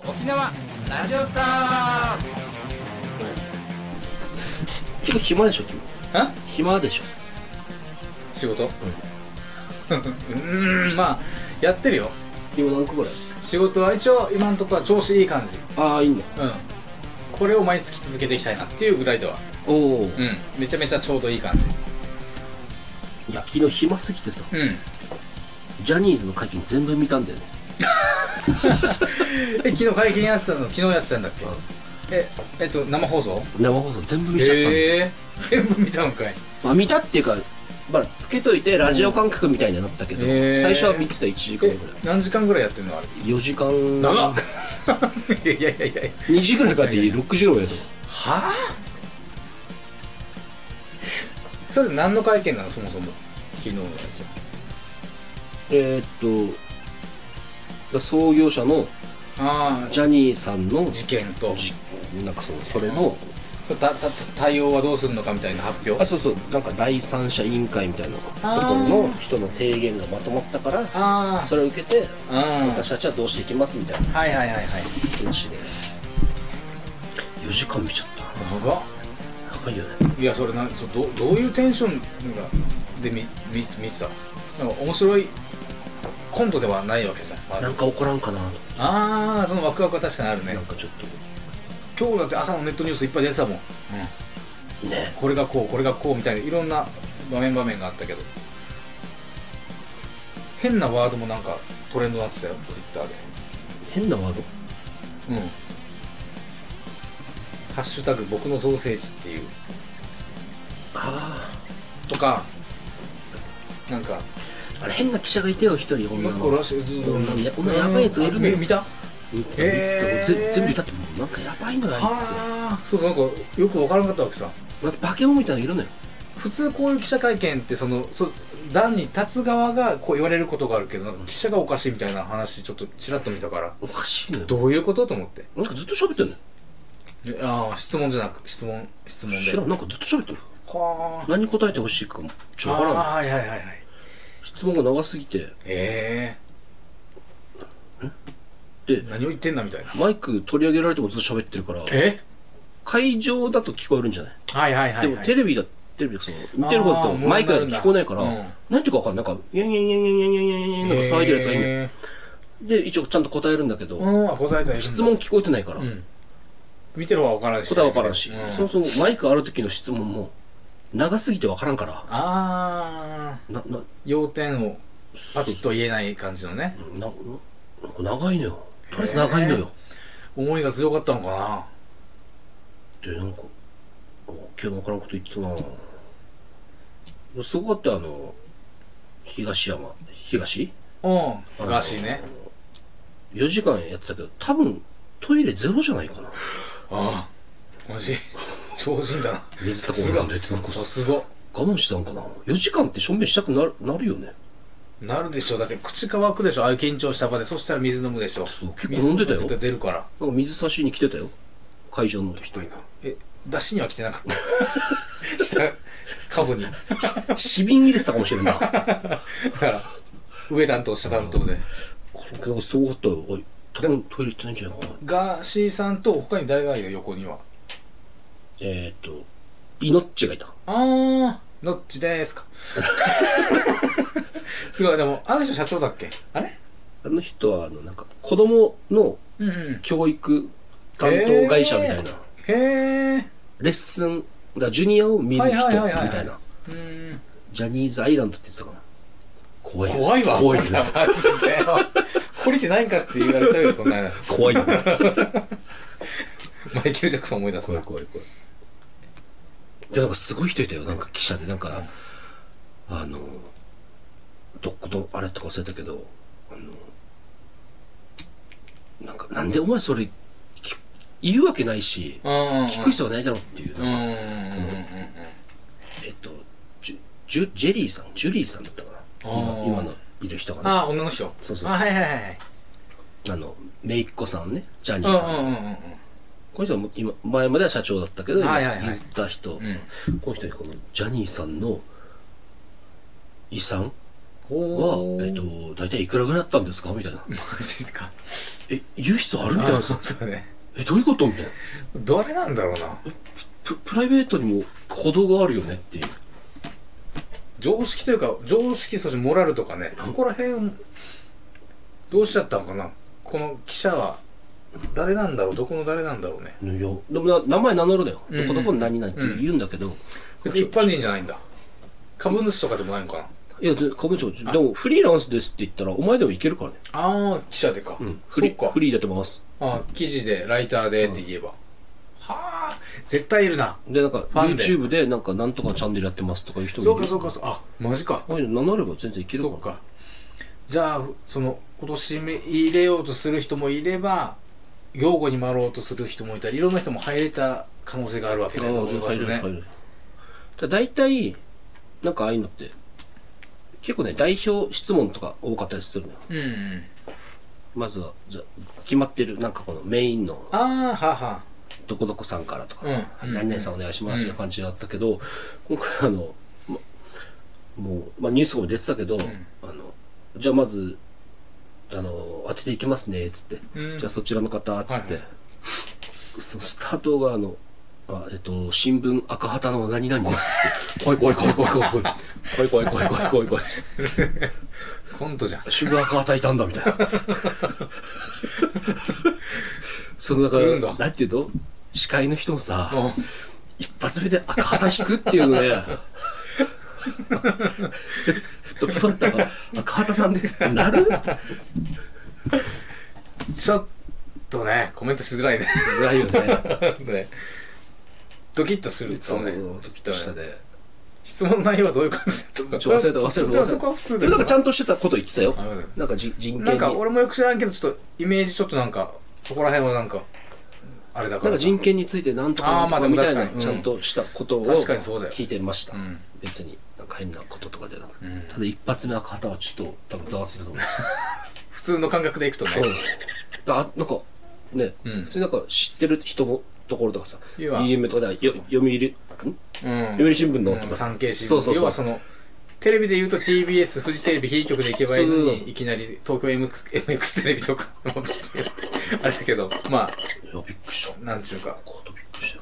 沖縄ラジオスター。 結構暇でしょ君。暇でしょ。 仕事まあやってるよ。 今何個ぐらい？ 仕事は一応今のところは調子いい感じ。 ああ、いいんだ。 これを毎月続けていきたいなっていうぐらいでは。 おお。 めちゃめちゃちょうどいい感じ。いや、昨日暇すぎてさ、ジャニーズの会見全部見たんだよね。 昨日会見やってたの、昨日やってたんだっけ？生放送全部見ちゃったんだよ。 全部見たのかい。 まあ見たっていうか、まあつけといてラジオ感覚みたいになったけど、最初は見てた1時間ぐらい。 何時間ぐらいやってんのあれ ？4時間。 長っいや 2時ぐらいからって6時ぐらいやぞ。 はぁ？それ何の会見なのそもそも昨日のやつ。創業者のジャニーさんの事件となんかそれの対応はどうするのかみたいな発表。 そうなんか第三者委員会みたいなところの人の提言がまとまったからそれを受けて私たちはどうしていきますみたいな話で4時間見ちゃった。長いよね。 いやそれどういうテンションで見てた？なんか面白いコントではないわけじゃん、ま、 なんか起こらんかなと。 そのワクワクは確かにあるね。 なんかちょっと今日だって朝のネットニュースいっぱい出てたもん、ね、これがこうみたいないろんな場面があったけど、変なワードもなんかトレンドになってたよツイッターで。 変なワード？ ハッシュタグ僕のソーセージっていうとか、なんかあれ変な記者がいてよ一人女のやばいやつがいるのよ。 見た？ 全部見たってもうなんかやばいのよあいつ。 そうなんかよく分からなかったわけさ。 なんか化け物みたいなのいるのよ。 普通こういう記者会見って段に立つ側がこう言われることがあるけど、なんか記者がおかしいみたいな話ちょっとちらっと見たから、 おかしいのよ。 どういうことと思って。 なんかずっと喋ってんのよ。質問じゃなく質問で。 知らん、なんかずっと喋ってる。何答えてほしいかもちょっとわからん。質問が長すぎて。で何を言ってんだみたいな。 マイク取り上げられてもずっと喋ってるから。会場だと聞こえるんじゃない？でもテレビで見てる方だとマイクだと聞こえないから、なんていうかわかんない。なんかニャンニャンニャンニャンニャンニャンニャンなんか騒いでるやつがいるの。で一応ちゃんと答えるんだけど、質問聞こえてないから。 見てる方はわからんし。 答えわからんし。そもそもマイクある時の質問も長すぎてわからんから。 要点をパチッと言えない感じのね。 なんか長いのよ。とりあえず長いのよ。 思いが強かったのかな。 でなんか今日わからんこと言ってたな。すごかった東ガーシーね。 4時間やってたけど多分トイレゼロじゃないかな。 マジ超人だな。 水とか飲んでてなんかさすが我慢してたんかな。4時間って証明したくなるよね。 なるでしょ。だって口乾くでしょ、ああいう緊張した場で。そしたら水飲むでしょ。 そう結構飲んでたよ。 水出るから。 なんか水差しに来てたよ会場の人。 出しには来てなかった下株に死瓶入れてたかもしれんな。だから上担当下担当でこれすごかったよ。多分トイレ行ってないんじゃないかな。 ガーシーさんと他に誰がいる？横にはイノッチがいた。 ノッチでーすかすごい。でもあの人社長だっけ？あの人はなんか子供の教育担当会社みたいな。レッスンだジュニアを見る人みたいな。ジャニーズアイランドって言ってたかな。怖いわ。マジで懲りてないんかって言われちゃうよそんな。 怖いよ。 マイケル・ジャクソン思い出すな。 怖い。でなんかすごい人いたよ。なんか記者でなんかどこのあれとか忘れたけどなんでお前それ言うわけないし聞く必要がないだろうっていう。なんかジュリーさんだったかな。今のいる人がね。 女の人。 そう。めいっ子さんね、ジャニーさん。この人は今前までは社長だったけど、譲った人。この人にこのジャニーさんの遺産は大体いくらぐらいだったんですかみたいな。 マジか。 言う必要あるみたいなさ。 ね、 どういうことみたいな。 誰なんだろうな。 プライベートにも鼓動があるよねっていう。 常識というか、常識、そしてモラルとかね、そこら辺、どうしちゃったのかな。この記者は、誰なんだろう、どこの誰なんだろうね。 いや、でも名前名乗るだよ。どこどこの何々って言うんだけど。 別に一般人じゃないんだ。株主とかでもないのかな。 いや、株主、でもフリーランスですって言ったら、お前でもいけるからね。 ああ、記者でか。 フリーでやってます。 記事で、ライターでって言えば。はあ、絶対いるな。 で、なんか、YouTube で、なんか、なんとかチャンネルやってますとかいう人もいる。 そうか。あ、マジか。 名乗れば全然いけるから。 そうか。じゃあ、今年入れようとする人もいれば、擁護に回ろうとする人もいたり、いろんな人も入れた可能性があるわけですよね。 入る。だいたい、なんかああいうのって、結構ね、代表質問とか多かったりするのよ。まずは、じゃ決まってる、なんかこのメインの、どこどこさんからとか、何々さんお願いしますって感じだったけど、今回もう、ニュースも出てたけど、じゃあまず、当てていきますね、つって。じゃあそちらの方、つって。そのスタートが新聞赤旗の何々ですって。怖い。怖い。 コントじゃん。 新聞赤旗いたんだ、みたいな。だから、なんていうの司会の人もさ、一発目で赤旗引くっていうのね、トップバッターが赤旗さんですってなる？ ちょっとね、コメントしづらいね。 しづらいよね。 ドキッとするとね。 ドキッとしたね。 質問内容はどういう感じだった忘れた。そこは普通で。なんかちゃんとしてたこと言ってたよ。なんか人権に。 なんか俺もよく知らんけど、ちょっとイメージちょっとなんか、そこら辺はなんか、あれだから。 なんか人権についてなんとかみたいなちゃんとしたことを聞いてました。別になんか変なこととかではなく。ただ一発目赤旗はちょっと多分ざわついたと思う。 普通の感覚でいくとね。 なんかね、普通になんか知ってる人のところとかさ、EM とかで読売新聞のとか産経新聞。要はテレビで言うと TBS、フジテレビ、非局で行けばいいのに、いきなり東京 MX テレビとか、あれだけど、まあ、 いや、びっくりした。 なんちゅうか、 びっくりしたよ。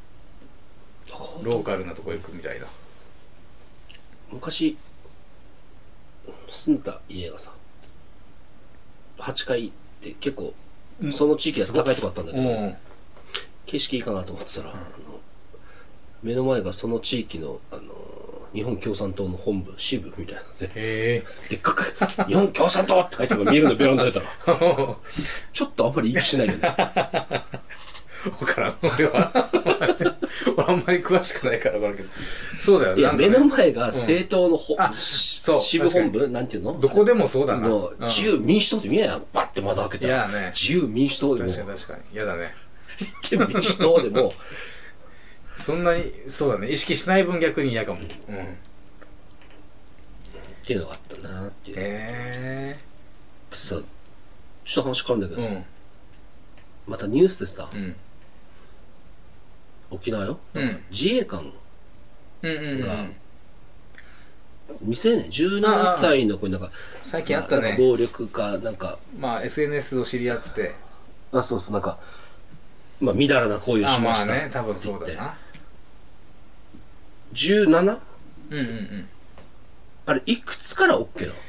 ローカルなとこ行くみたいな。 昔、住んだ家がさ、8階って結構、その地域で高いとこあったんだけど、景色いいかなと思ってたら、目の前がその地域の、日本共産党の本部、支部みたいなので、でっかく、日本共産党って書いてるのが見えるのベランダ出たら、ちょっとあんまりいい気しないよね。 わからん、俺は。俺あんまり詳しくないからわかるけど。そうだよね。 いや、目の前が政党の支部本部なんていうの？ どこでもそうだな。 自由民主党って見えないやん。バッて窓開けて。自由民主党でも。 確かに。嫌だね。 民主党でも。 そんなに、そうだね。意識しない分逆に嫌かも。 っていうのがあったなーっていう。さ、ちょっと話変わるんだけどさ、またニュースでさ、沖縄よ、自衛官が、未成年、17歳の子になんか、 最近あったね。 暴力か、なんか、 まあ SNS を知り合って、 そう、なんか、まあ、みだらな行為をしました。 まあね、多分そうだな。 17？あれ、いくつから OK なの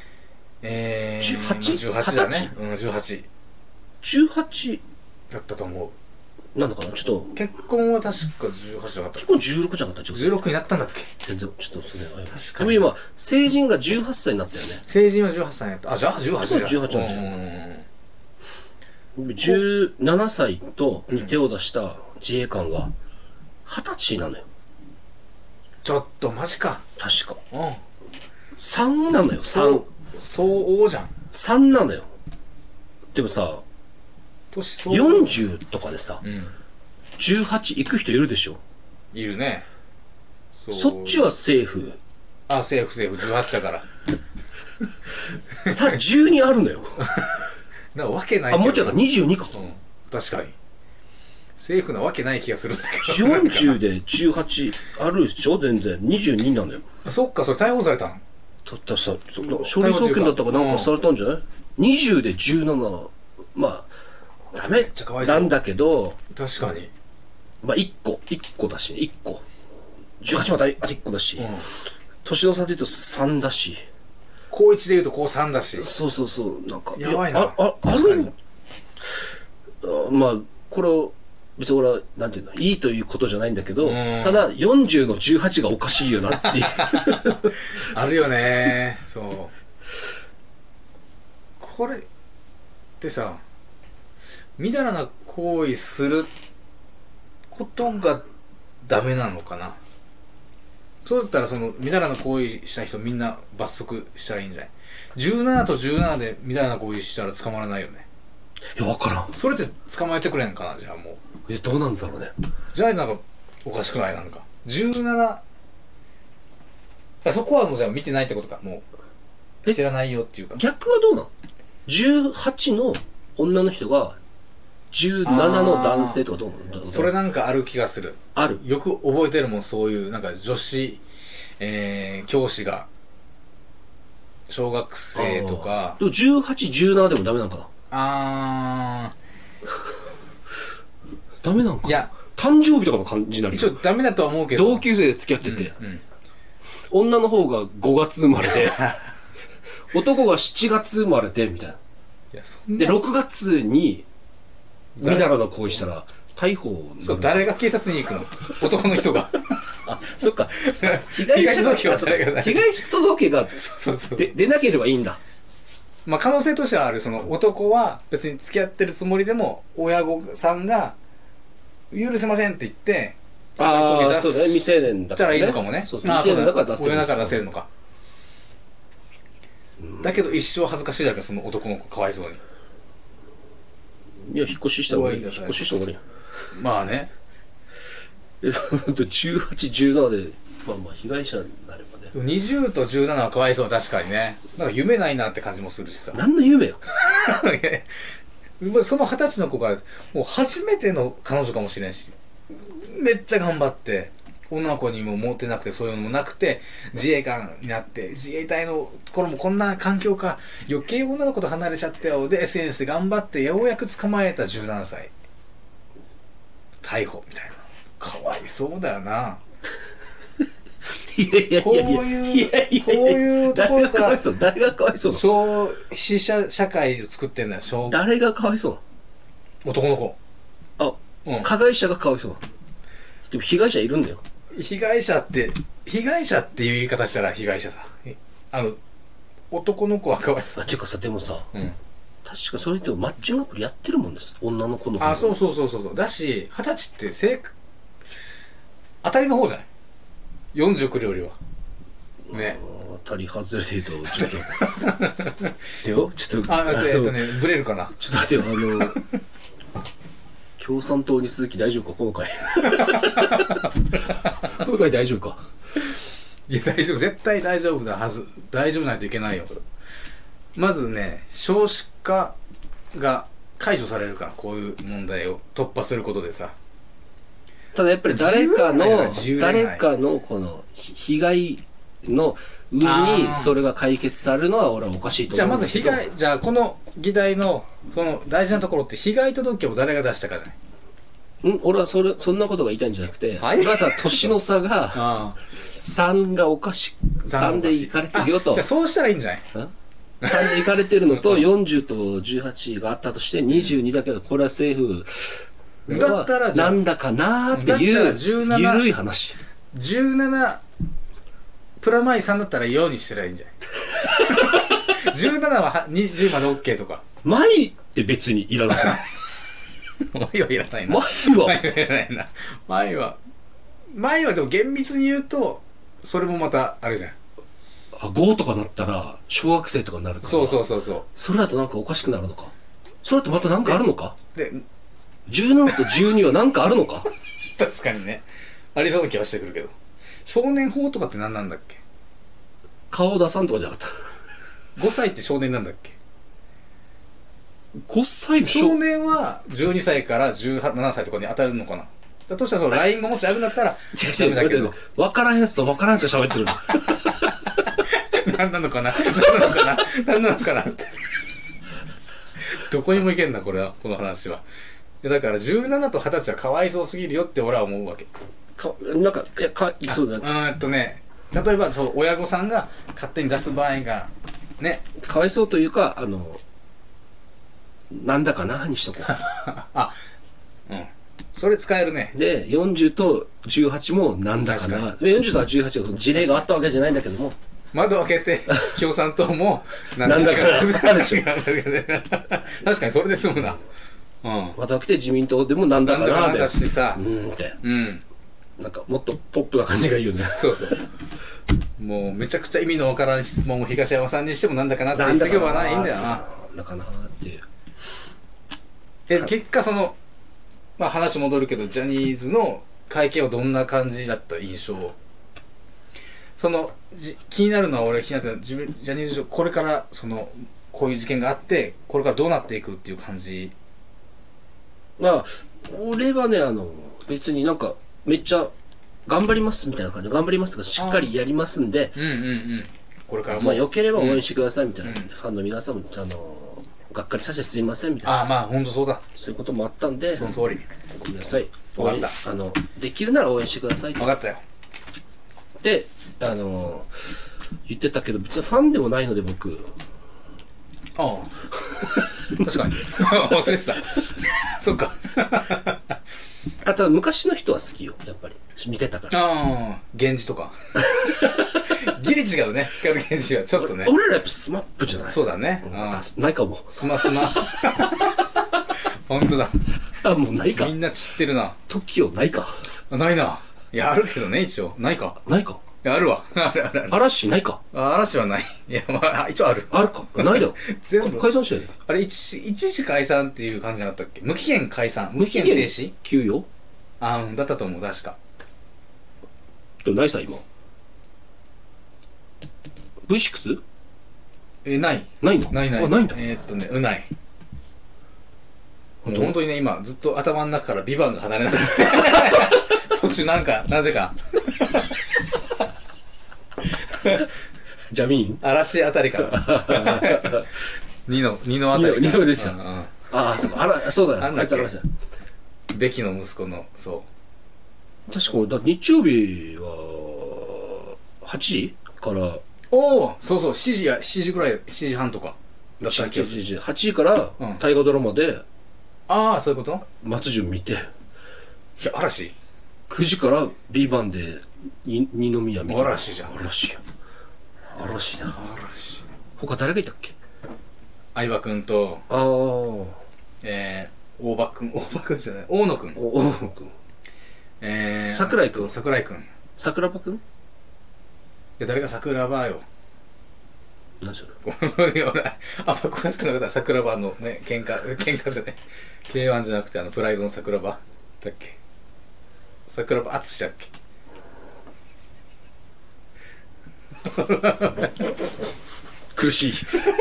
？18だね。18。 18 だったと思う。なんだかなちょっと。 結婚は確か18じゃなかった。 結婚16じゃなかった。 16になったんだっけ？ 全然、ちょっとそれ、確かに。でも今、成人が18歳になったよね。 成人は18歳になった。あ、じゃあ18だ。 18なんですよ。17歳とに手を出した自衛官が20歳なのよ。 ちょっとマジか。 確か。3なのよ。3。 そうじゃん。 3なのよ。でもさ、40とかでさ、18行く人いるでしょ。 いるね。 そっちはセーフ。 セーフ、18だから。 さ、12あるのよ。 なわけないけど。 もうちょっと22か。 確かに。セーフなわけない気がするんだけど。40で18あるでしょ全然。22なのよ。 そっか、それ逮捕されたの？ だったらさ、書類送検だったかなんかされたんじゃない？ 20で17、まあ、 ダメなんだけど、 確かに。 まあ、1個だし、1個。18まであと1個だし、年の差で言うと3だし。 高1で言うと高3だし。 そうそうそう、なんか。 やばいな。 あるまあ、これを、別に俺は、なんていうの、いいということじゃないんだけど、ただ、40の18がおかしいよなっていう。 あるよね。そう。これってさ、みだらな行為することがダメなのかな。そうだったらそのみだらな行為した人みんな罰則したらいいんじゃない？ 17 と17でみだらな行為したら捕まらないよね。 いや、わからん。 それって捕まえてくれんかな、じゃあもう。 どうなんだろうね。 じゃあなんかおかしくない？なんか17、そこはもうじゃあ見てないってことか。もう知らないよっていうか。 逆はどうなん？ 18 の女の人が17の男性とかどうなの？ それなんかある気がする。 ある。 よく覚えてるもん、そういうなんか女子、教師が小学生とか。 でも18、17でもダメなのかな。 ダメなんか。 いや、 誕生日とかの感じになる。 一応ダメだとは思うけど。 同級生で付き合ってて、女の方が5月生まれで男が7月生まれてみたいな。 いや、そんなで6月にみだらな行為したら逮捕。 そう、誰が警察に行くの？男の人が。 あ、そっか。被害者届は誰が被害者届が出なければいいんだ。 まあ可能性としてはある。その男は別に付き合ってるつもりでも親御さんが許せませんって言って、 ああ、そうだね、未成年だからね。 したらいいのかもね。 そうそう、未成年だから出せる。 親だから出せるのか。だけど一生恥ずかしいだけど、その男の子かわいそうに。 いや、引っ越しした方がいい。引っ越しした方がいい。 まあね。 18、17で、まあまあ被害者になればね。 20と17はかわいそう、確かにね。なんか夢ないなって感じもするしさ。 何の夢よ。 その20歳の子がもう初めての彼女かもしれんし、めっちゃ頑張って、女の子にも持ってなくてそういうのもなくて、自衛官になって、自衛隊の頃もこんな環境か、余計女の子と離れちゃったよ。で、SNS で頑張ってようやく捕まえた17歳。逮捕みたいな。かわいそうだよな。こういうところから、 誰がかわいそう消費者社会を作ってんだよ。 誰がかわいそうな男の子。 あ、加害者がかわいそうな。でも被害者いるんだよ。 被害者っていう言い方したら被害者さ。男の子はかわいそう。 ていうかさ、でもさ、確かそれってマッチングアプリやってるもんです。女の子の方。 そう。だし、20歳って当たりの方じゃない ?40 来るよりは。ね。 当たり外れてると、ちょっと。でよ、ちょっと。 ブレるかな。 ちょっと待ってよ、共産党に続き大丈夫か、この回。この回大丈夫か。 いや、大丈夫。絶対大丈夫なはず。大丈夫ないといけないよ。まずね、少子化が解除されるから、こういう問題を突破することでさ。 ただやっぱり誰かのこの被害の上にそれが解決されるのは俺はおかしいと思う。 じゃあまずじゃあこの議題のその大事なところって被害届を誰が出したかじゃない？ 俺はそんなことが言いたいんじゃなくて、まだ年の差が3がおかしい。3でいかれてるよと。 じゃあそうしたらいいんじゃない ？3でいかれてるのと40と18があったとして22だけど、これは政府だったらなんだかなーっていうゆるい話。 17プラマイ3だったら4にしてらいいんじゃない17は20まで OK とか。 マイって別にいらない。 マイはいらないな。マイはでも厳密に言うとそれもまたあれじゃん。 5とかなったら小学生とかになるから。 そう。 それだとなんかおかしくなるのか。それだとまたなんかあるのか。 で 17と12はなんかあるのか。 確かにね。ありそうな気はしてくるけど。少年法とかって何なんだっけ？ 顔出さんとかじゃなかった。 5歳って少年なんだっけ ？5歳少年は12歳から17歳とかに当たるのかな。だとしたらその LINE がもしあるんだったらダメだけど。 分からんやつと分からんやつが喋ってるの。 何なのかなって。 どこにも行けんな、この話は。だから17と20歳はかわいそうすぎるよって俺は思うわけ。 なんか、そうだね。例えば、そう、親御さんが勝手に出す場合が、ね。 かわいそうというか、なんだかなにしとこう。 あ、うん。それ使えるね。 で、40と18もなんだかな。40とか18がその事例があったわけじゃないんだけども。 窓開けて、共産党も、 なんだかな。あるでしょ。 確かにそれで済むな。 うん。窓開けて自民党でもなんだかな。 だしさ。 って。うん。なんかもっとポップな感じがいいよね。 そうそう。もうめちゃくちゃ意味のわからん質問を東山さんにしてもなんだかなって言ってけばないいんだよな。 なんだかなっていう。 結果まあ話戻るけど、ジャニーズの会見はどんな感じだった印象？気になるのは俺気になってジャニーズ上これからこういう事件があってこれからどうなっていくっていう感じ。 まあ俺はね別になんかめっちゃ頑張りますみたいな感じで頑張りますとかしっかりやりますんで、 これからもまあ良ければ応援してくださいみたいな、ファンの皆さんもがっかりさせてすいませんみたいな。 まあ本当そうだ。 そういうこともあったんで、 その通り。 ごめんなさい。 分かった。 できるなら応援してください。 分かったよ。 で、言ってたけど別にファンでもないので僕。 ああ。確かに。忘れてた。そっか。 ただ昔の人は好きよ、やっぱり。見てたから。 源氏とか。ギリ違うね。光源氏はちょっとね。 俺らやっぱスマップじゃない。 そうだね。 ないかも。 スマ。本当だ。 もうないか。 みんな知ってるな。 TOKIOないか。 ないな。いや、あるけどね、一応。ないか。 ないか。 いや、あるわ。ある。 嵐ないか。 嵐はない。いや、まあ、一応ある。 あるか。ないだよ。全部。解散したよね。 あれ、一時解散っていう感じじゃなかったっけ？無期限解散。無期限停止？ 休養？ だったと思う、確か。 ないさ、今。V6？ ない。 ないの？ ない。 ないんだ。 ない。もう本当にね、今、ずっと頭の中からビバンが離れなくて。途中なぜか。 ジャミーン？ 嵐あたりから。ニノあたりから。 ニノでした。そうだよ。あいつ嵐だ。 ベキの息子の、そう。 確か日曜日は、8時から。 そう、7時ぐらい、7時半とか。 だったっけ？8時から、大河ドラマで、 そういうこと？ 松潤見て。いや、嵐 ？9時から B 番で、二宮見て。 嵐じゃん。 嵐だ。他誰がいたっけ？ 相葉くんと、大場くんじゃない、大野くん。桜井くん。桜庭くん？いや、誰が桜庭よ。 何それ？ 俺、あんま詳しくなかった。桜庭のね、喧嘩じゃね。K1 じゃなくて、プライドの桜庭だっけ？桜庭淳だっけ？ 苦しい。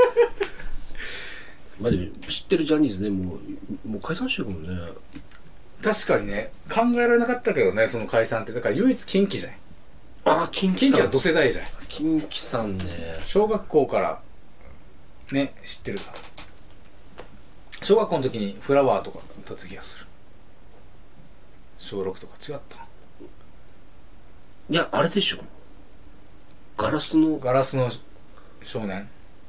まあでも知ってるジャニーズね、もう解散してるもんね。 確かにね、考えられなかったけどね、その解散って。だから唯一近畿じゃない。 近畿は同世代じゃん。 近畿さんね。 小学校からね、知ってるから。小学校の時にフラワーとかだった気がする。小6とか違った？ いや、あれでしょ。ガラスの少年。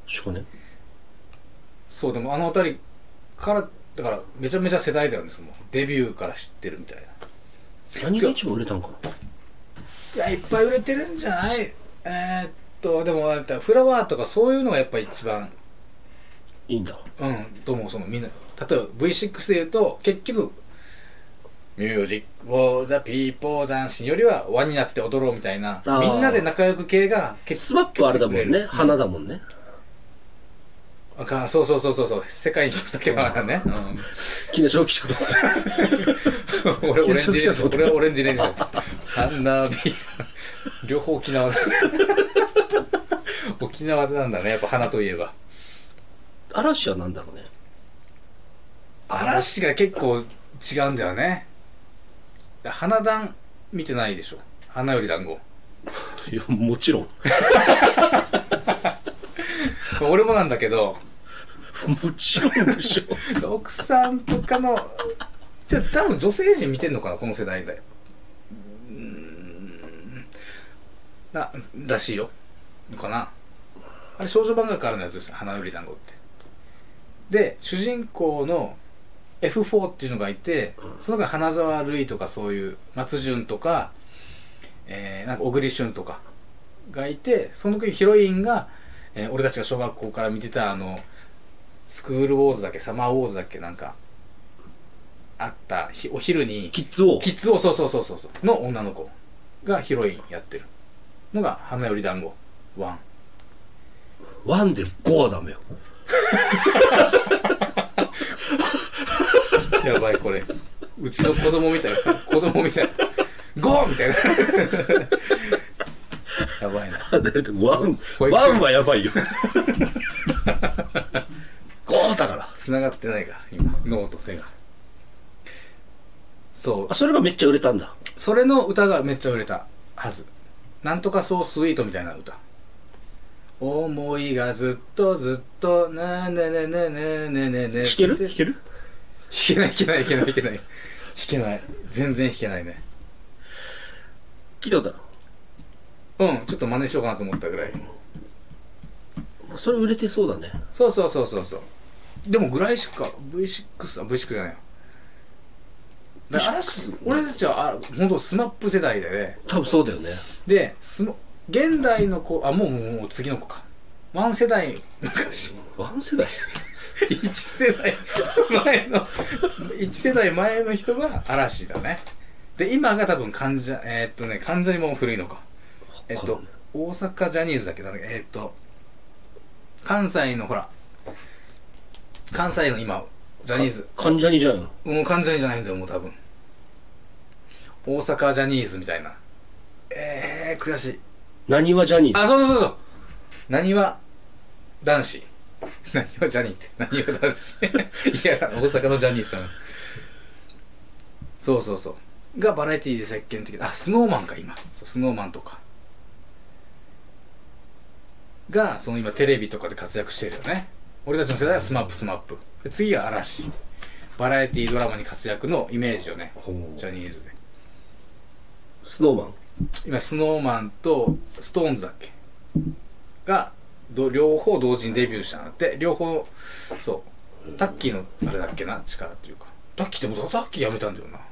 そう、でもあたりから、だからめちゃめちゃ世代だよね、デビューから知ってるみたいな。 何が一番売れたんかな？ いや、いっぱい売れてるんじゃない？でもフラワーとかそういうのがやっぱ一番いいんだ。 と思う。みんな、例えば V6 で言うと、結局、ミュージックをザ・ピーポーダンシンよりは輪になって踊ろうみたいな、みんなで仲良く系がスマップあれだもんね、花だもんね。 そう。世界に一つだけの花ね。 木梨沖しかと思って。 俺オレンジレンジだった。花火。両方沖縄だ。沖縄なんだね、やっぱ花といえば。 嵐はなんだろうね。 嵐が結構違うんだよね。花壇見てないでしょ。花より団子。 いや、もちろん。 俺もなんだけど、 もちろんでしょ。 奥さんとかの、じゃあ多分女性陣見てんのかな、この世代で。らしいよ。のかな。あれ少女漫画からのやつですよ、花より団子って。で、主人公の F4 っていうのがいて、その中に花沢類とかそういう松潤とか、なんか小栗旬とかがいて、その時ヒロインが、俺たちが小学校から見てたスクールウォーズだっけ、サマーウォーズだっけ、なんかあったお昼にキッズ王そうの女の子がヒロインやってるのが花より団子 1で5はダメよ。 やばい、これうちの子供みたい5みたいなやばいな。 ワンはやばいよ。5だから。 繋がってないか今、脳と手が。そう。 それがめっちゃ売れたんだ。 それの歌がめっちゃ売れたはず。なんとかそうスイートみたいな歌。思いがずっとずっとなーねねねねねねね。 弾ける弾けない。全然弾けないね。 聞いたことある？ うん、ちょっと真似しようかなと思ったぐらい。 それ売れてそうだね。 そう。でもぐらいしか V6 じゃないよ。俺たちは本当スマップ世代でね。 多分そうだよね。 で、現代の子、もう次の子か。ワン世代昔。 ワン世代 1世代前の人が嵐だね。で、今が多分関ジャニも古いのか。大阪ジャニーズだっけど、関西の今、ジャニーズ。 関ジャニじゃん。 もう関ジャニじゃないんだよ、もう多分。大阪ジャニーズみたいな。悔しい。 何はジャニーズ。 そう。何は男子。何はジャニーって。何は男子。いや、大阪のジャニーさん。そう。がバラエティで席巻的な。スノーマンか、今。スノーマンとか。が、今テレビとかで活躍してるよね。俺たちの世代はスマップ。で次は嵐。バラエティドラマに活躍のイメージよね。ジャニーズで。 スノーマン。 今、スノーマンとストーンズだっけが、両方同時にデビューしたんだって。両方、そう。タッキーの、あれだっけな、力っていうか。タッキーってもタッキーやめたんだよな。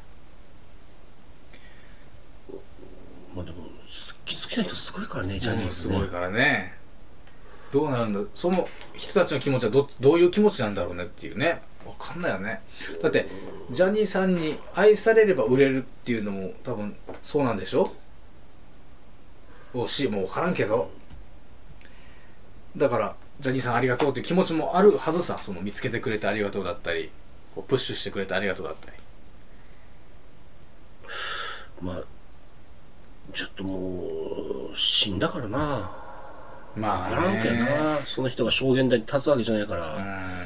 まあでも、好きな人すごいからね、ジャニーズね。 すごいからね。どうなるんだ、その人たちの気持ちはどういう気持ちなんだろうねっていうね。わかんないよね。だって、ジャニーさんに愛されれば売れるっていうのも多分そうなんでしょ？もうわからんけど。だから、ジャニーさんありがとうっていう気持ちもあるはずさ。見つけてくれてありがとうだったり、プッシュしてくれてありがとうだったり。 まあ、ちょっともう、死んだからな。 まあね。 ならんけどな。その人が証言台に立つわけじゃないから、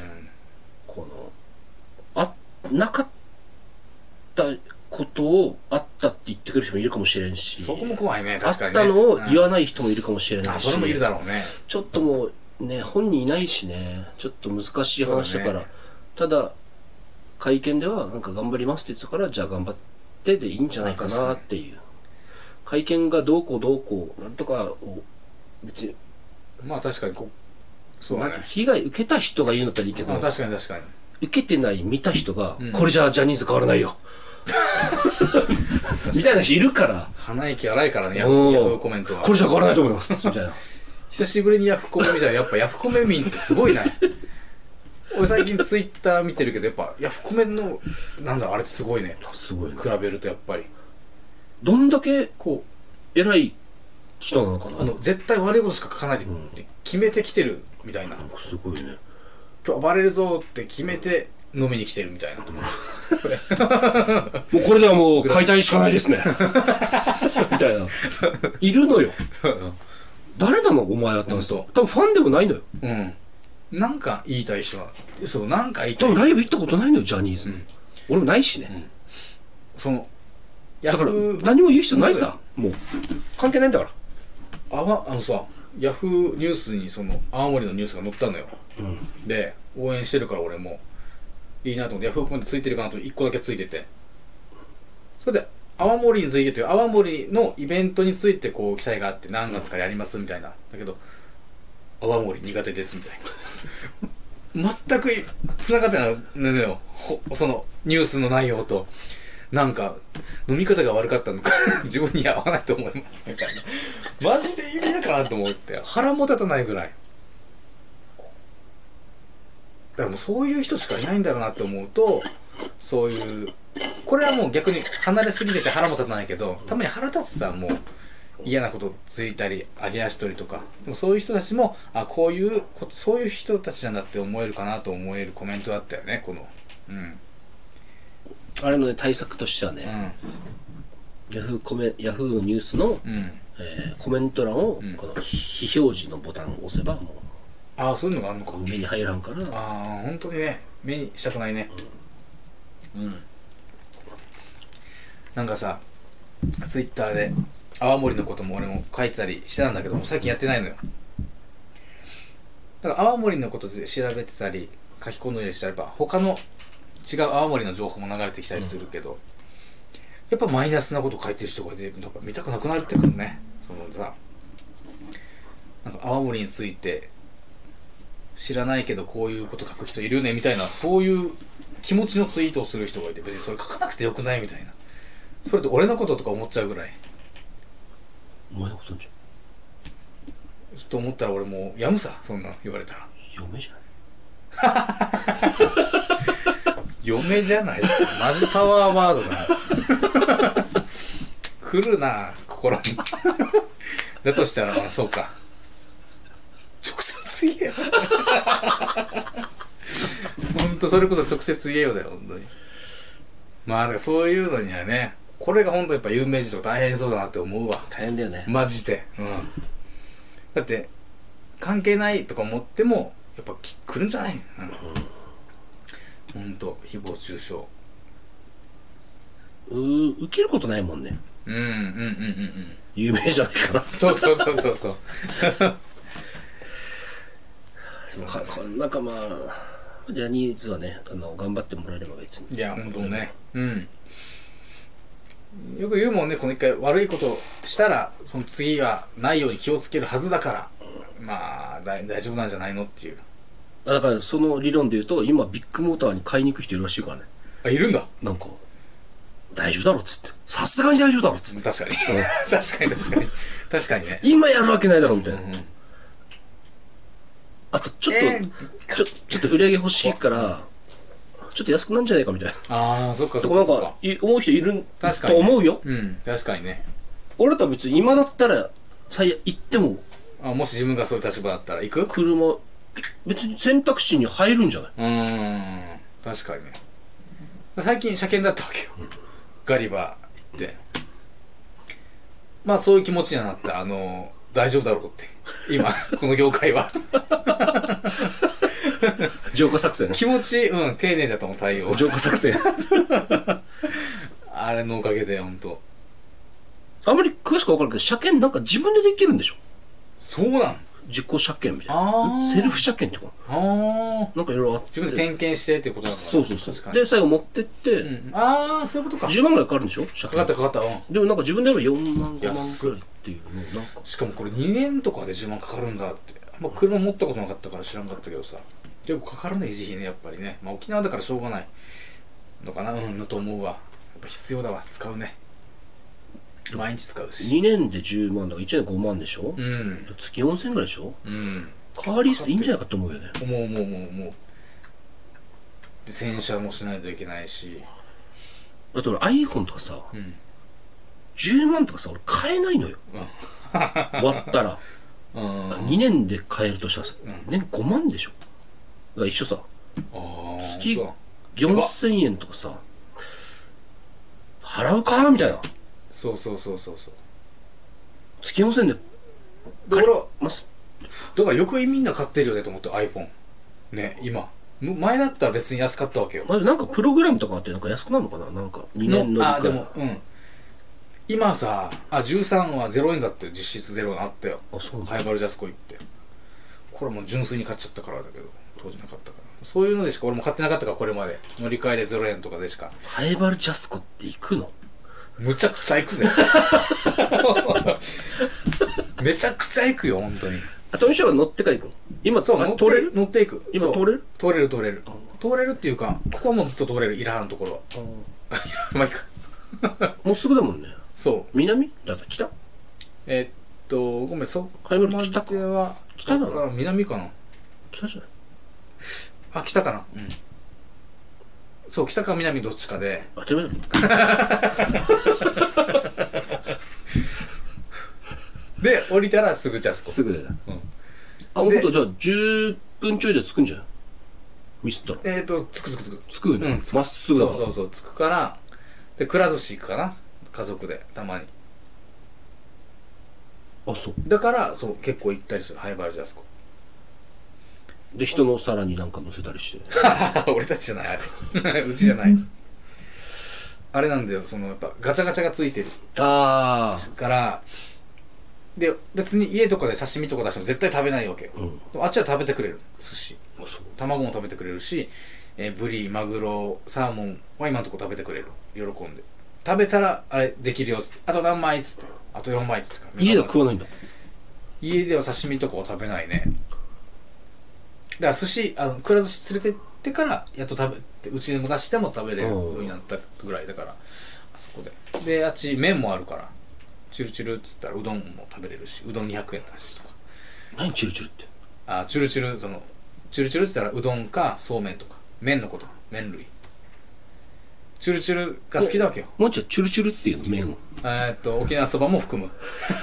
なかったことをあったって言ってくる人もいるかもしれんし、 そこも怖いね、確かにね。 あったのを言わない人もいるかもしれないし、 それもいるだろうね。 ちょっともうね、本人いないしね、ちょっと難しい話だから、ただ、会見ではなんか頑張りますって言ってたから、じゃあ頑張ってでいいんじゃないかなっていう。会見がどうこう、なんとかを、別に、 まあ確かにそうだね。 被害受けた人が言うんだったらいいけど、 確かに。 受けてない見た人が、これじゃあジャニーズ変わらないよ。みたいな人いるから。 鼻息荒いからね、ヤフコメントは。 これじゃ変わらないと思います。みたいな。 久しぶりにヤフコメ見たら、やっぱヤフコメ民ってすごいね。俺最近ツイッター見てるけど、やっぱヤフコメの、あれってすごいね。 すごいね。 比べるとやっぱり。 どんだけ、偉い人なのかな。 絶対悪いことしか書かないって決めてきてるみたいな。 すごいね。 今日暴れるぞって決めて飲みに来てるみたいな。もうこれではもう解体しかないですね。みたいな。いるのよ。誰なのお前だったんですよ。多分ファンでもないのよ。 なんか言いたい人は。なんか言いたい。多分ライブ行ったことないのよ、ジャニーズ。俺もないしね。だから何も言う必要ないさ。もう関係ないんだから。 ヤフーニュースに青森のニュースが載ったのよ。で、 応援してるから俺もいいなと思って、ヤフオクまでついてるかなと1個だけついてて、それで泡盛についてという泡盛のイベントについてこう記載があって、何月からやりますみたいな、だけど泡盛苦手ですみたいな全く繋がってないのよ、そのニュースの内容と。なんか飲み方が悪かったのか自分に合わないと思いますみたいな、マジで意味だかなと思って腹も立たないぐらい。だからもうそういう人しかいないんだろうなって思うと、そういう、これはもう逆に離れすぎてて腹も立たないけど、たまに腹立つさ、もう嫌なことついたり揚げ足取りとか、でもそういう人たちもこういうそういう人たちなんだって思えるかなと思えるコメントだったよね、このあれのね、対策としてはね、ヤフーのニュースの、コメント欄を、この非表示のボタンを押せばもう、そういうのがあるのか、 目に入らんから。 本当にね、目にしたくないね。なんかさ、ツイッターで泡盛のことも俺も書いてたりしてたんだけども、最近やってないのよ。だから泡盛のことで調べてたり書き込んだりしたら、やっぱ他の違う泡盛の情報も流れてきたりするけど、やっぱマイナスなこと書いてる人が出て、なんか見たくなくなってくるね。そのさ、なんか泡盛について知らないけどこういうこと書く人いるねみたいな、そういう気持ちのツイートをする人がいて、別にそれ書かなくてよくないみたいな、それって俺のこととか思っちゃうぐらい。 お前のことじゃちょっと思ったら俺もうやむさ、そんな言われたら。 嫁じゃない嫁じゃない、マジパワーワードだ来るな心にだとしたらそうか、直接言えよほんとそれこそ直接言えよだよ、ほんとに。だからそういうのにはね、これがほんとやっぱ有名人とか大変そうだなって思うわ。 大変だよね、 マジで。だって関係ないとか思ってもやっぱ来るんじゃない、ほんと誹謗中傷受けることないもんね。有名じゃないから。 そうなんかジャニーズはね、頑張ってもらえれば別に。 いやほんとね、よく言うもんね、この一回悪いことしたらその次はないように気をつけるはずだから、大丈夫なんじゃないのっていう。 だからその理論で言うと、今ビッグモーターに買いに行く人いるらしいからね。 いるんだ。 なんか大丈夫だろっつって、さすがに大丈夫だろっつって。 確かに確かにね、 今やるわけないだろみたいな。あとちょっと売り上げ欲しいからちょっと安くなんじゃないかみたいな。 そっかなんか思う人いると思うよ。 確かにね。 俺とは別に今だったら行っても、 もし自分がそういう立場だったら行く？ 車別に選択肢に入るんじゃない？ 確かにね。最近車検だったわけよ、ガリバー行って、そういう気持ちにはなった。大丈夫だろうって今この業界は浄化作戦。 気持ち丁寧だと思う、対応。 浄化作戦あれのおかげでほんと。 あんまり詳しく分からんけど、車検なんか自分でできるんでしょ？ そうなん？ 自己車検みたいな。セルフ車検ってかなんかいろいろあって、 自分で点検してっていうことなのかな。 そうで最後持ってって、 そういうことか。 10万ぐらいかかるんでしょ？車検かかった、 でもなんか自分でやれば4万5万くらいっていうの、なんかしかもこれ2年とかで10万かかるんだって。車持ったことなかったから知らんかったけどさ、でもかかるね、維持費ね、やっぱりね。沖縄だからしょうがないのかな、だと思うわ。やっぱ必要だわ、使うね。毎日使うし。 2年で10万だから1年5万でしょ？月4000ぐらいでしょ？カーリースでいいんじゃないかと思うよね。 思う。で洗車もしないといけないし。 あと俺 iPhone とかさ、10万とかさ俺買えないのよ。割ったら2年で買えるとしたらさ、年5万でしょ？だから一緒さ、月4000円とかさ払うかみたいな。 そう月 4000円でだからよくみんな買ってるよねと思って iPhone ね。今前だったら別に安かったわけよ。 なんかプログラムとかあってなんか安くなるのかな、なんか2年のでも今さ13は0円だって、実質0円あったよ。 そうなんだ。 ハイバルジャスコ行って、これもう純粋に買っちゃったからだけど、当時なかったから。 そういうのでしか俺も買ってなかったから、これまで。乗り換えで0円とかでしか。 ハイバルジャスコって行くの？ むちゃくちゃ行くぜ。めちゃくちゃ行くよ、本当に。 富島が乗ってから行くの？今、 そう、 通れる？ 乗っていく。 今通れる？ 通れる。通れるっていうか、ここはもうずっと通れる、イラハのところは。まあいいか。 もうすぐだもんね。 そう。 南？だった北？ ごめん、そハイバル北か。 北だから南かな。 北じゃない？ あ、北かな。うん。そう、北か南どっちかで。 当たり前だろ。 で、降りたらすぐジャスコ。 すぐだよ。 うん。 あ、ほんと、じゃあ10分ちょいで着くんじゃん。ミスったら。 着く。 着くよね。まっすぐだから。 そう、着くから、で、くら寿司行くかな。家族で、たまに。 あ、そう。 だから、そう、結構行ったりする、ハイバルジャスコ。 で、人の皿になんか乗せたりして。 俺たちじゃない、あれ。うちじゃない。あれなんだよ、やっぱガチャガチャがついてる。から、で、別に家とかで刺身とか出しても絶対食べないわけよ。あっちは食べてくれる、寿司。卵も食べてくれるし、ブリ、マグロ、サーモンは今のところ食べてくれる。喜んで。食べたら、あれ、できるよ。あと何枚っつって。あと4枚っつって。 家では食わないんだ。 家では刺身とかは食べないね。だから寿司、くら寿司連れてってから、やっと食べて、うちでも出しても食べれるようになったぐらいだから、あそこで。で、あっち麺もあるから、チュルチュルっつったらうどんも食べれるし、うどん200円だしとか。 何チュルチュルって？ チュルチュル、チュルチュルって言ったらうどんかそうめんとか、麺のこと、麺類。チュルチュルが好きだわけよ。 もうちょいチュルチュルっていうの麺を。 沖縄そばも含む。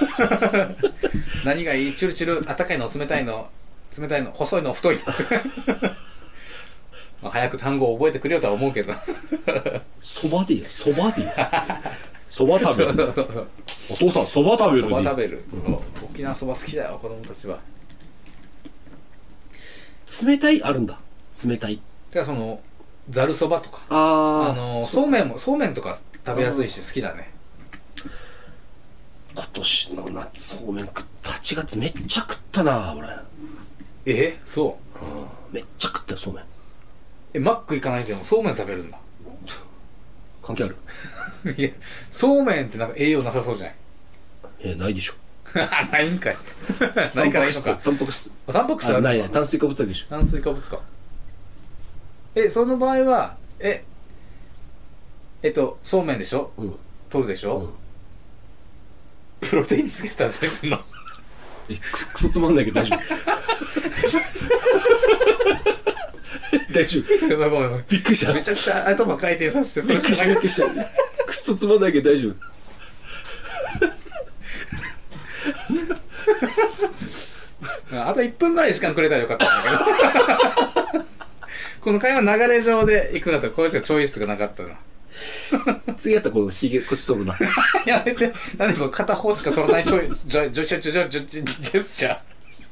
何がいい？チュルチュル、温かいの、冷たいの、細いの、太いの。まあ早く単語を覚えてくれよとは思うけど。 そばでいいよ、そばでいいよ。そば食べる。お父さんそば食べる。 そば食べる。そう。沖縄そば好きだよ、子供たちは。 冷たいあるんだ。冷たい。 だからざるそばとか。そうめんとか食べやすいし好きだね。 今年の夏そうめん食った。8月めっちゃ食ったな、俺。 そう。 めっちゃ食ったよ、そうめん。 マック行かないでもそうめん食べるんだ。 関係ある？ いや、そうめんってなんか栄養なさそうじゃない？ ないでしょ。 ないんかい。ないからいいのか。 タンパク質。 タンパク質あるのか。 ないね。炭水化物だけでしょ。 炭水化物か。その場合は、そうめんでしょ？取るでしょ？プロテインつけたらどうすんの？ クソつまんないけど大丈夫。大丈夫。 ごめん。 びっくりした。 めちゃくちゃ頭回転させて、 びっくりした。クソつまんないけど大丈夫。 あと1分ぐらい時間くれたらよかったんだけど。この会話流れ上で行くんだったらこれしかチョイスがなかったな。 次やったらこのヒゲこっち剃るな。 やめて。なんでこう片方しか剃らないジェスチャー。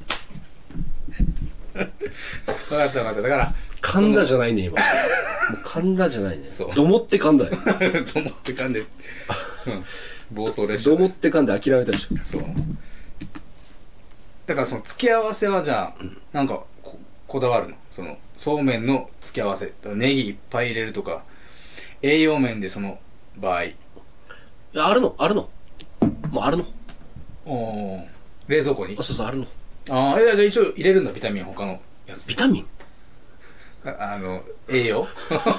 分かった。だから噛んだじゃないね今。もう噛んだじゃないね。 そう。 どもって噛んだよ。 どもって噛んで。暴走列車。 どもって噛んで諦めたでしょ。 そう。だから付け合わせはじゃあなんかこだわるの？そうめんの付け合わせ。ネギいっぱい入れるとか。栄養面で場合。 あるの。もうあるの。 冷蔵庫に？ そう、あるの。 じゃあ一応入れるんだ、ビタミン、他のやつ。 ビタミン？ 栄養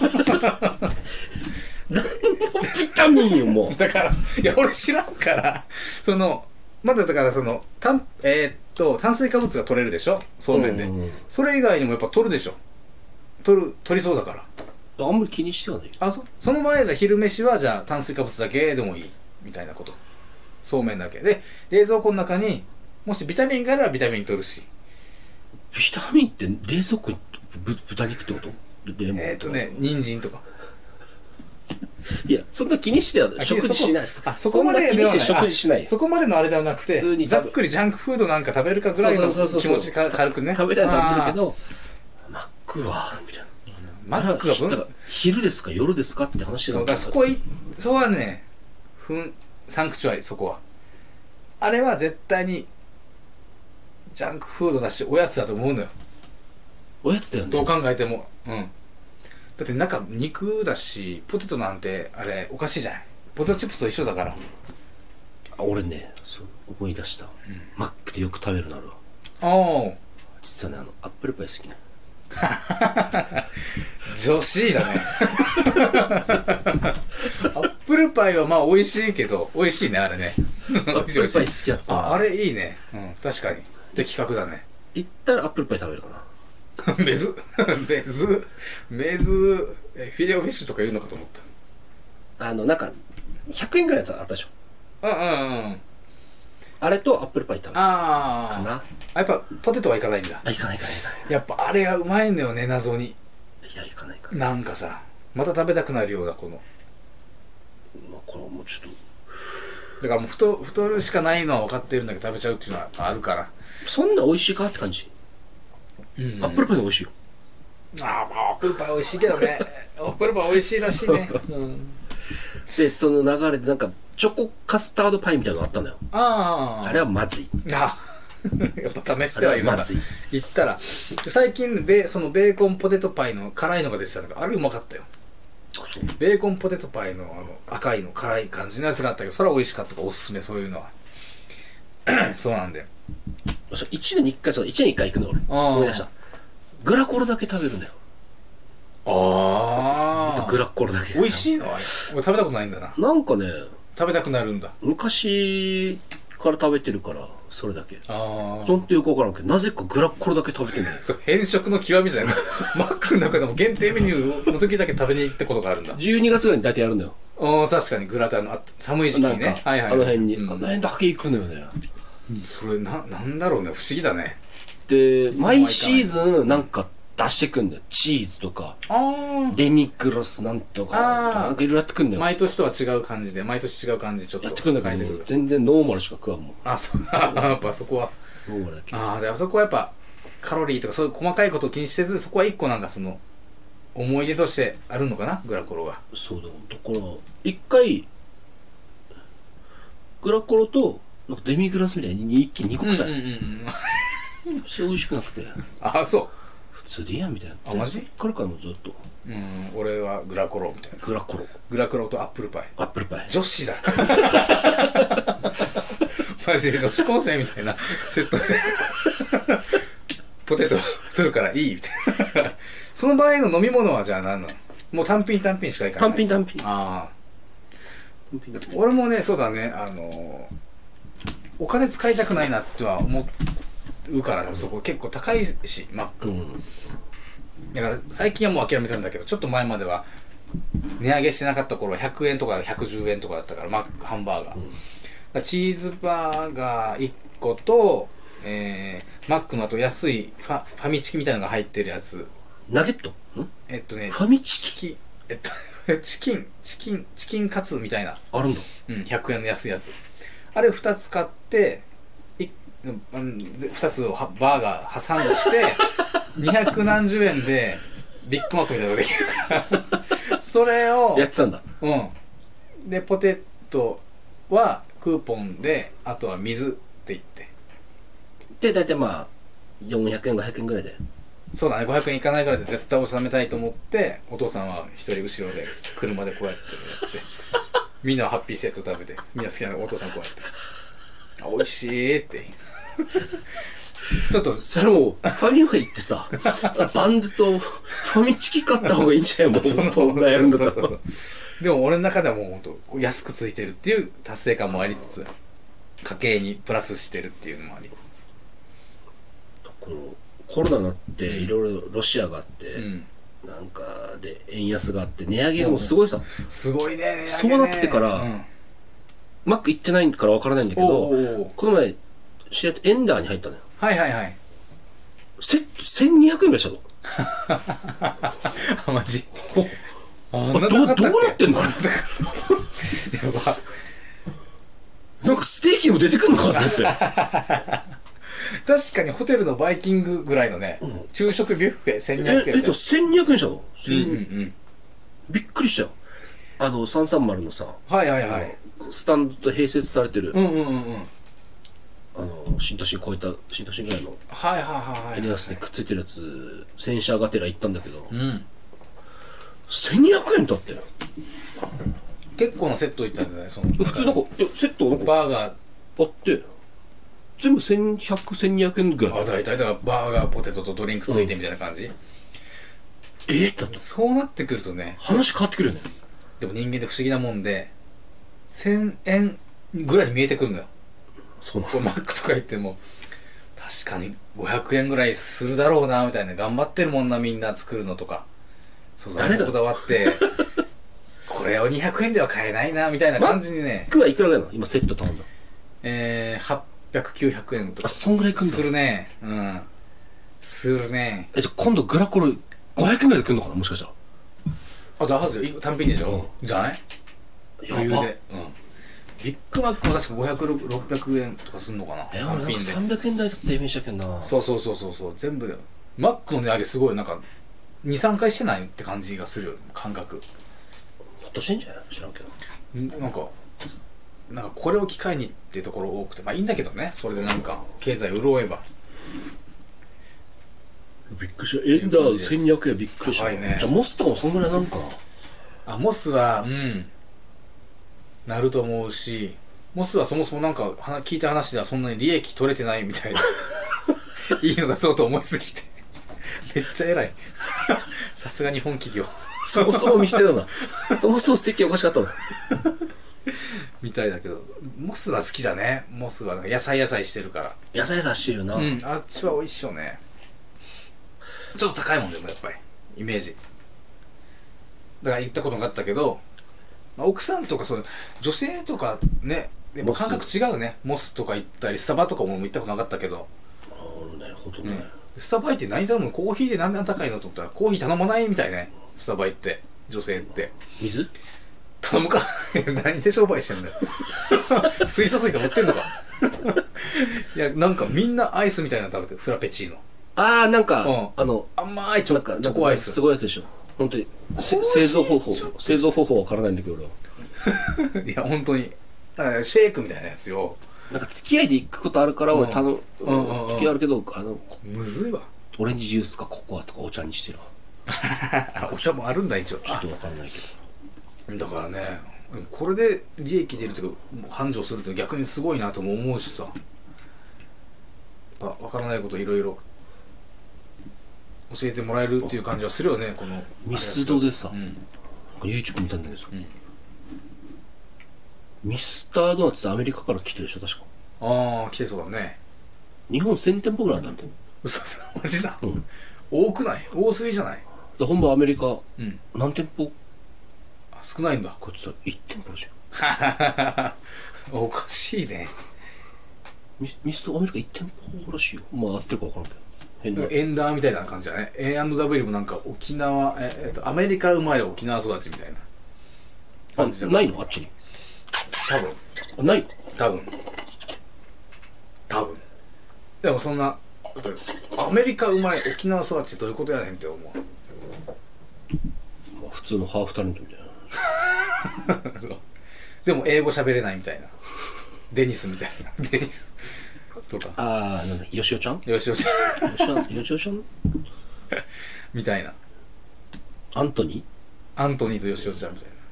何のビタミンよ、もう。 だから、いや、俺知らんから、まだだから炭水化物が取れるでしょ？そうめんで。それ以外にもやっぱ取るでしょ？取りそうだから。 あんまり気にしてはない。 その場合はじゃあ昼飯はじゃあ炭水化物だけでもいいみたいなこと。そうめんだけで冷蔵庫の中にもしビタミンがあればビタミン取るし。 ビタミンって冷蔵庫に豚肉ってこと？ 人参とか。 いや、そんな気にしては食事しないです。 そこまでではない。 食事しない。 そこまでのあれではなくて、ざっくりジャンクフードなんか食べるかぐらいの気持ち軽くね。 食べたいとは思うけど、マックはみたいな。 マックが昼ですか夜ですかって話だった。そこはね、サンクチュアリ、そこは。あれは絶対にジャンクフードだしおやつだと思うのよ。 おやつだよね。 どう考えても。だって中肉だし、ポテトなんて、あれ、おかしいじゃない。ポテトチップスと一緒だから。 俺ね、そう思い出した。マックでよく食べるなるわ。実はね、アップルパイ好きね。 女子だね。アップルパイはまあ美味しいけど、美味しいね、あれね。 アップルパイ好きやったな。 あれいいね。確かに。的確だね。 行ったらアップルパイ食べるかな。 フィレオフィッシュとか言うのかと思った。 なんか、100円ぐらいやつあったでしょ。あれとアップルパイ食べるかな。 やっぱポテトはいかないんだ。 いかない。 やっぱあれがうまいんだよね、謎に。 いかない。 なんかさ、また食べたくなるような、このもうちょっと。だからもう太るしかないのは分かってるんだけど、食べちゃうっていうのはあるから。 そんな美味しいかって感じ。アップルパイ美味しいよ。 アップルパイ美味しいけどね。アップルパイ美味しいらしいね。 で、その流れでなんか、チョコカスタードパイみたいなのがあったんだよ。あれはまずい。 やっぱ試してはいるんだ。 まずい。 言ったら、最近そのベーコンポテトパイの辛いのが出てたんだけど、あれうまかったよ。ベーコンポテトパイの赤いの辛い感じのやつがあったけど、それは美味しかったからおすすめ、そういうのは。そうなんだよ。 1年に1回、1年に1回行くの俺。思い出した。グラコロだけ食べるんだよ。グラコロだけ。 美味しいのあれ。俺食べたことないんだな。 なんかね、 食べたくなるんだ。 昔から食べてるから、それだけ。そんってよくわからんけど、なぜかグラコロだけ食べてんだよ。 そう、変色の極みじゃないマックの中でも限定メニューの時だけ食べに行ったことがあるんだ。 12月ぐらいに大体やるんだよ。 確かにグラタンの寒い時期にね。 あの辺に。あの辺だけ行くのよね。 それなんだろうね、不思議だね。 で、毎シーズンなんか出してくんだよ。チーズとか、デミグラスなんとか、なんかいろいろやってくんだよ。 毎年とは違う感じで、毎年違う感じちょっと。 やってくんだけど、全然ノーマルしか食わんもん。 やっぱそこは。 ノーマルだけ。 じゃあそこはやっぱ、カロリーとかそういう細かいことを気にせず、そこは一個なんかその、思い出としてあるのかな、グラコロが。 そうだ。だから、一回、グラコロと、なんかデミグラスみたいに一気に2個食ったよ。美味しくなくて。 そう。 普通でいいやんみたいな。 マジ？ からもずっと。 俺はグラコロみたいな。グラコロとアップルパイ。女子だ。マジで女子高生みたいなセットで。ポテト太るからいいみたいな。その場合の飲み物はじゃあ何なの？もう単品しかいかない。 単品。 俺もね、そうだね、お金使いたくないなっては思うから、そこ結構高いし、マック。だから最近はもう諦めたんだけど、ちょっと前までは値上げしてなかった頃は100円とか110円とかだったから、マックハンバーガー。チーズバーガー1個と、マックのあと安いファミチキみたいなのが入ってるやつ。 ナゲット？ ファミチキ？ チキンカツみたいな。 あるんだ。 100円の安いやつ。あれ2つ買って、2つをバーガー挟んでして、200何十円でビッグマックみたいなのができるから。それを。 やってたんだ。 で、ポテトはクーポンで、あとは水って言って。 で、だいたいまあ、400円、500円ぐらいで。 そうだね、500円いかないぐらいで絶対収めたいと思って、お父さんは一人後ろで車でこうやってやって、みんなはハッピーセット食べて、みんな好きなのお父さんこうやって、美味しいって。ちょっと、 それも、ファミマ行ってさ、バンズとファミチキ買った方がいいんじゃないもう、そんなやるんだったら。 でも俺の中ではもう本当安くついてるっていう達成感もありつつ、家計にプラスしてるっていうのもありつつ。 このコロナになっていろいろロシアがあって、なんかで円安があって値上げがもうすごいさ、 すごいね。 そうなってから、マック行ってないからわからないんだけど、この前知り合ってエンダーに入ったのよ。 はいはいはい。 1200円ぐらいしたの。 マジ。 どうなってんの？やば。なんかステーキも出てくるのかと思って。 確かにホテルのバイキングぐらいのね、昼食ビュッフェ1200円。 1200円したの？びっくりしたよ。330のさ、 はいはいはい。 スタンドと併設されてる。 新都心超えた、新都心ぐらいの、 はいはいはいはい。 エネアスでくっついてるやつ、戦車がてら行ったんだけど、 うん。 1200円だって。 結構なセットいったんじゃないその。 普通なんか、セットなんか、 バーガー。 あって、全部1100、1200円ぐらい。 あ、大体だからバーガー、ポテトとドリンクついてみたいな感じ、だってそうなってくるとね。 話変わってくるよね。 でも人間って不思議なもんで、1000円ぐらいに見えてくるのよ。 そうなのマックとか行っても、確かに500円ぐらいするだろうな、みたいな。頑張ってるもんな、みんな作るのとか。素材にこだわって、これを200円では買えないな、みたいな感じにね。 マックはいくらぐらいなの今セット頼んだ。 800、900円とか。 あ、そんぐらいくんだ。 するね。うん。するね。 じゃあ今度グラコロ500円ぐらいでくんのかなもしかしたら。 あ、だはずよ。単品でしょ、じゃない余裕で。うん。ビッグマックも確か500、600円とかすんのかな俺なんか300円台だったイメージだけどな。 そう。全部で。マックの値上げすごい、なんか、2、3回してないって感じがするよ。感覚。 ほっとしてんじゃない知らんけど。 なんかこれを機会にっていうところ多くて、まあいいんだけどね。それでなんか、経済潤えば。 びっくりした。エンダー1200円びっくりした。 ね、 じゃあモスとかもそんぐらいなんかな。 あ、モスは、なると思うし、モスはそもそもなんか聞いた話ではそんなに利益取れてないみたいな。いいの出そうと思いすぎて。めっちゃ偉い。さすが日本企業。 そもそも見捨てたな。そもそも設計おかしかったな。 みたいだけど、モスは好きだね。モスはなんか野菜してるから。 野菜してるよな。 あっちは美味しいよね。ちょっと高いもんでもやっぱりイメージだから言ったことがあったけど、まあ、奥さんとかそう女性とかねやっぱ感覚違うね。モスとか行ったりスタバとかも行ったことなかったけど、 なるほどね、 スタバ行って何頼むの？コーヒーで何で高いのと思ったらコーヒー頼まないみたいね。スタバ行って女性って水頼むか何で商売してんだよ水素水と持ってんのかいやなんかみんなアイスみたいなの食べてる。フラペチーノ。 あーなんか、 甘いチョコアイス。 すごいやつでしょ。本当に製造方法わからないんだけど俺は。 いや本当にだからシェイクみたいなやつよ。 なんか付き合いで行くことあるから俺付き合いあるけどむずいわ。 オレンジジュースかココアとかお茶にしてるわ。 お茶もあるんだ一応。 ちょっとわからないけど。 だからねこれで利益出るというか繁盛するって逆にすごいなとも思うしさ。わからないこといろいろ教えてもらえるっていう感じはするよね。このミスドでさ、なんか YouTube 見たんだけどさ、ミスタードーナツってアメリカから来てるでしょ確か。 ああ来てそうだね。 日本1000店舗ぐらいあったんだよ。 嘘だマジだ、多くない？多すぎじゃない？ 本場アメリカ、何店舗？ 少ないんだ。 こっちさ1店舗じゃんおかしいね。 ミスドアメリカ1店舗らしいよ。まあ合ってるか分からんけどエンダーみたいな感じだね。 A&W もなんか沖縄、アメリカ生まれ沖縄育ちみたいな感じだ。 ないのあっちに多分ないの多分でもそんなアメリカ生まれ沖縄育ちどういうことやねんって思う。 まあ普通のハーフタレントみたいなでも英語喋れないみたいなデニスみたいなデニスとか。 ああ、なんだ、よしおちゃんよしおちゃんよしおちゃんみたいな。 アントニーとよしおちゃんみたいな。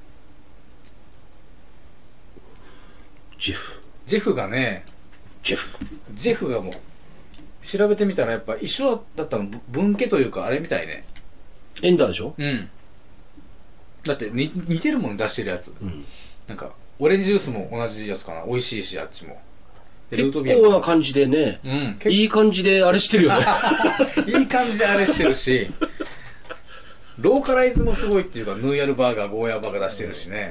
ジェフがね、ジェフがもう、調べてみたらやっぱ一緒だったの、分家というかあれみたいね。 エンダーでしょ。 だって似てるもん出してるやつ。なんか、オレンジジュースも同じやつかな。美味しいし、あっちも。 結構な感じでね、いい感じであれしてるよねいい感じであれしてるしローカライズもすごいっていうか、ヌーヤルバーガー、ゴーヤーバーガー出してるしね。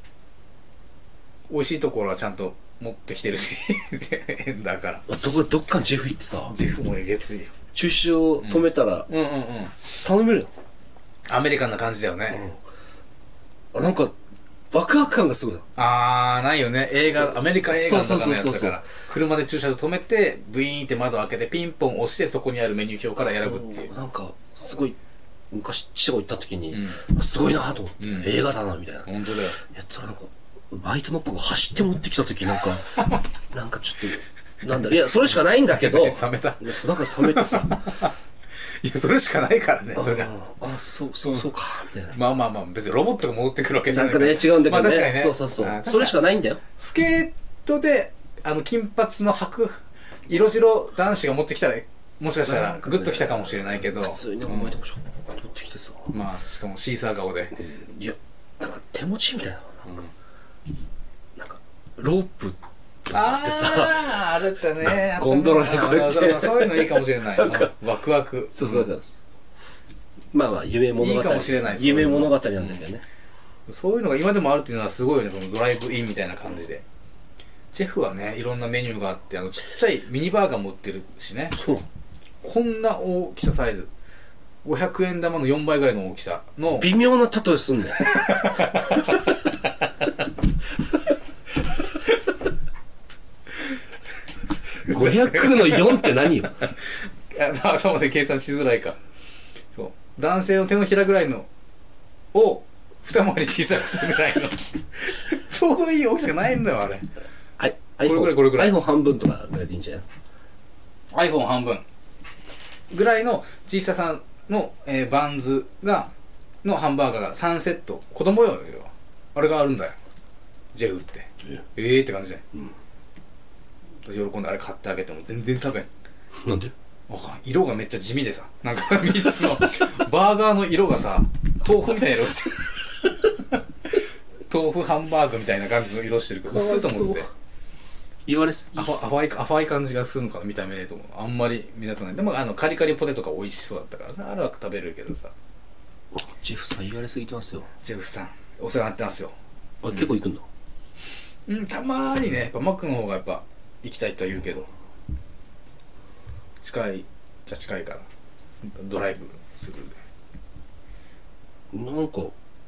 美味しいところはちゃんと持ってきてるしだからどっかにジェフ行ってさ、 ジェフもえげついよ。 駐車を止めたら頼めるよ。 アメリカンな感じだよね。 なんかワクワク感がすごい。 ないよね。アメリカ映画とかのやつだから、車で駐車場止めてブイーンって窓開けてピンポン押してそこにあるメニュー表から選ぶっていう。 なんかすごい昔千葉行った時にすごいなと思って、映画だなみたいな。 本当だよ。 やったらなんかバイトの子が走って持ってきた時なんかちょっなんだろう、いや、それしかないんだけど。 冷めた。 なんか冷めてさ。 いや、それしかないからね、それあ、そうか、みたいな。 まあ、別にロボットが戻ってくるわけじゃないなんかね、違うんだけどね。 まあ確かにね。 そう。それしかないんだよ。 スケートで、金髪の色白男子が持ってきたら、もしかしたらグッときたかもしれないけど。 普通にお前でも取ってきてさ。 まあ、しかもシーサー顔で。 いや、なんか手持ちみたいな。なんか、ロープとかあってさ。 あれだったね。 ゴンドラでこうやって。 そういうのいいかもしれない。ワクワク。 そう。まあ、夢物語。 いいかもしれない。 夢物語なんだけどね。 そういうのが今でもあるっていうのはすごいよね、そのドライブインみたいな感じで。ジェフはね、いろんなメニューがあって、ちっちゃいミニバーガーも売ってるしね。 そう。 こんな大きさサイズ。500円玉の4倍ぐらいの大きさの。 微妙な例えすんだよ。500の4って何よ。 頭で計算しづらいか。そう。男性の手のひらぐらいのを二回り小さくしてぐらいのちょうどいい大きさがないんだよ、あれ。 はい。 これぐらい。 iPhone 半分とかぐらいでいいんじゃない？ iPhone 半分ぐらいの小ささの、バンズのハンバーガーが3セット。子供よ。あれがあるんだよ。ジェフって。って感じで。喜んであれ買ってあげても全然食べん。 なんで？ わかん。色がめっちゃ地味でさ。なんか3つのバーガーの色がさ、豆腐みたいな色してる。豆腐ハンバーグみたいな感じの色してるけど、薄いと思って。 言われすぎ。 淡い感じがするのかな、見た目でと思う。あんまり目立たない。でもカリカリポテトが美味しそうだったからさ、あれは食べれるけどさ。 ジェフさん言われすぎてますよ。 ジェフさん、お世話になってますよ。 結構行くんだ。 たまーにね、やっぱマックの方がやっぱ行きたいとは言うけど、近いじゃ近いからドライブする。 なんか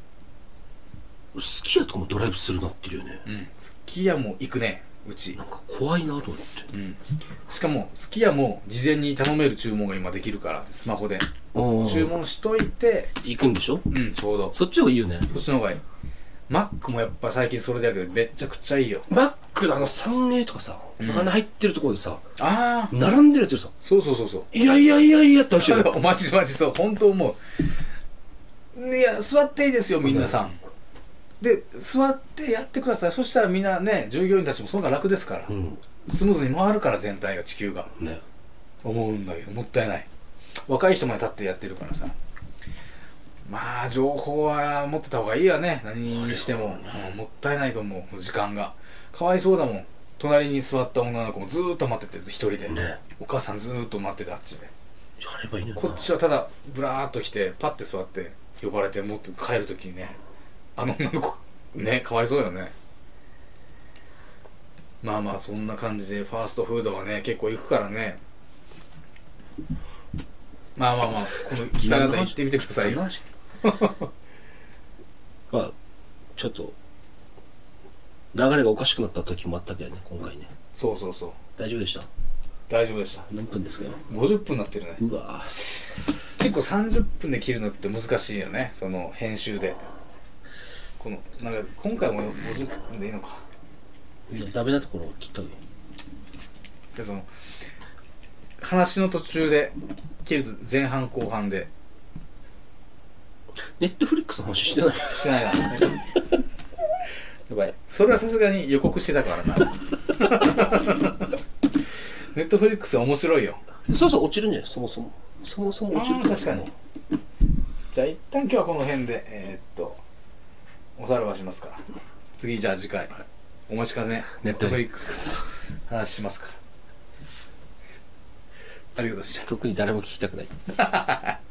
すき家とかもドライブするなってるよね。 すき家も行くね、うち。 なんか怖いなと思って。 しかもすき家も事前に頼める注文が今できるから、スマホで注文しといて行くんでしょ。 ちょうどそっちの方がいいよね。 そっちの方がいい。マックもやっぱ最近それだけどめちゃくちゃいいよ。 マックの3A とかさ、お金入ってるところでさ、 並んでるやつでさ、 そう。 いやって話してる。マジそう、本当思う。いや、座っていいですよ、皆さん。で、座ってやってください。そしたらみんなね、従業員たちもそんな楽ですから。スムーズに回るから全体が、地球が。 ね。 思うんだけど、もったいない。若い人まで立ってやってるからさ。まあ情報は持ってた方がいいよね。何にしても、もったいないと思う、時間が。かわいそうだもん。隣に座った女の子もずーっと待ってて、一人で、お母さんずーっと待ってて、あっちで。 やればいいのにな。 こっちはただブラーっと来てパッて座って呼ばれて、もっと帰るときにね、あの女の子ね、かわいそうよね。まあそんな感じでファーストフードはね結構行くからね。まあこの機会だったら行ってみてくださいよ。 まあちょっと流れがおかしくなった時もあったけどね、今回ね。 そう。 大丈夫でした？ 大丈夫でした。 何分ですかよ。 50分になってるね。 うわ結構30分で切るのって難しいよね、その編集で。なんか今回も50分でいいのか。 いや、ダメなところを切った方がいい。 で、その話の途中で切ると前半後半で。 ネットフリックスの話してない？ してないな。やばい。それはさすがに予告してたからな。ネットフリックスは面白いよ。 そう落ちるんじゃない？そもそも落ちる。 確かに。じゃあ一旦今日はこの辺でおさらばしますから。次じゃあ次回お待ちかねネットフリックス話しますから。ありがとうございました。 特に誰も聞きたくない。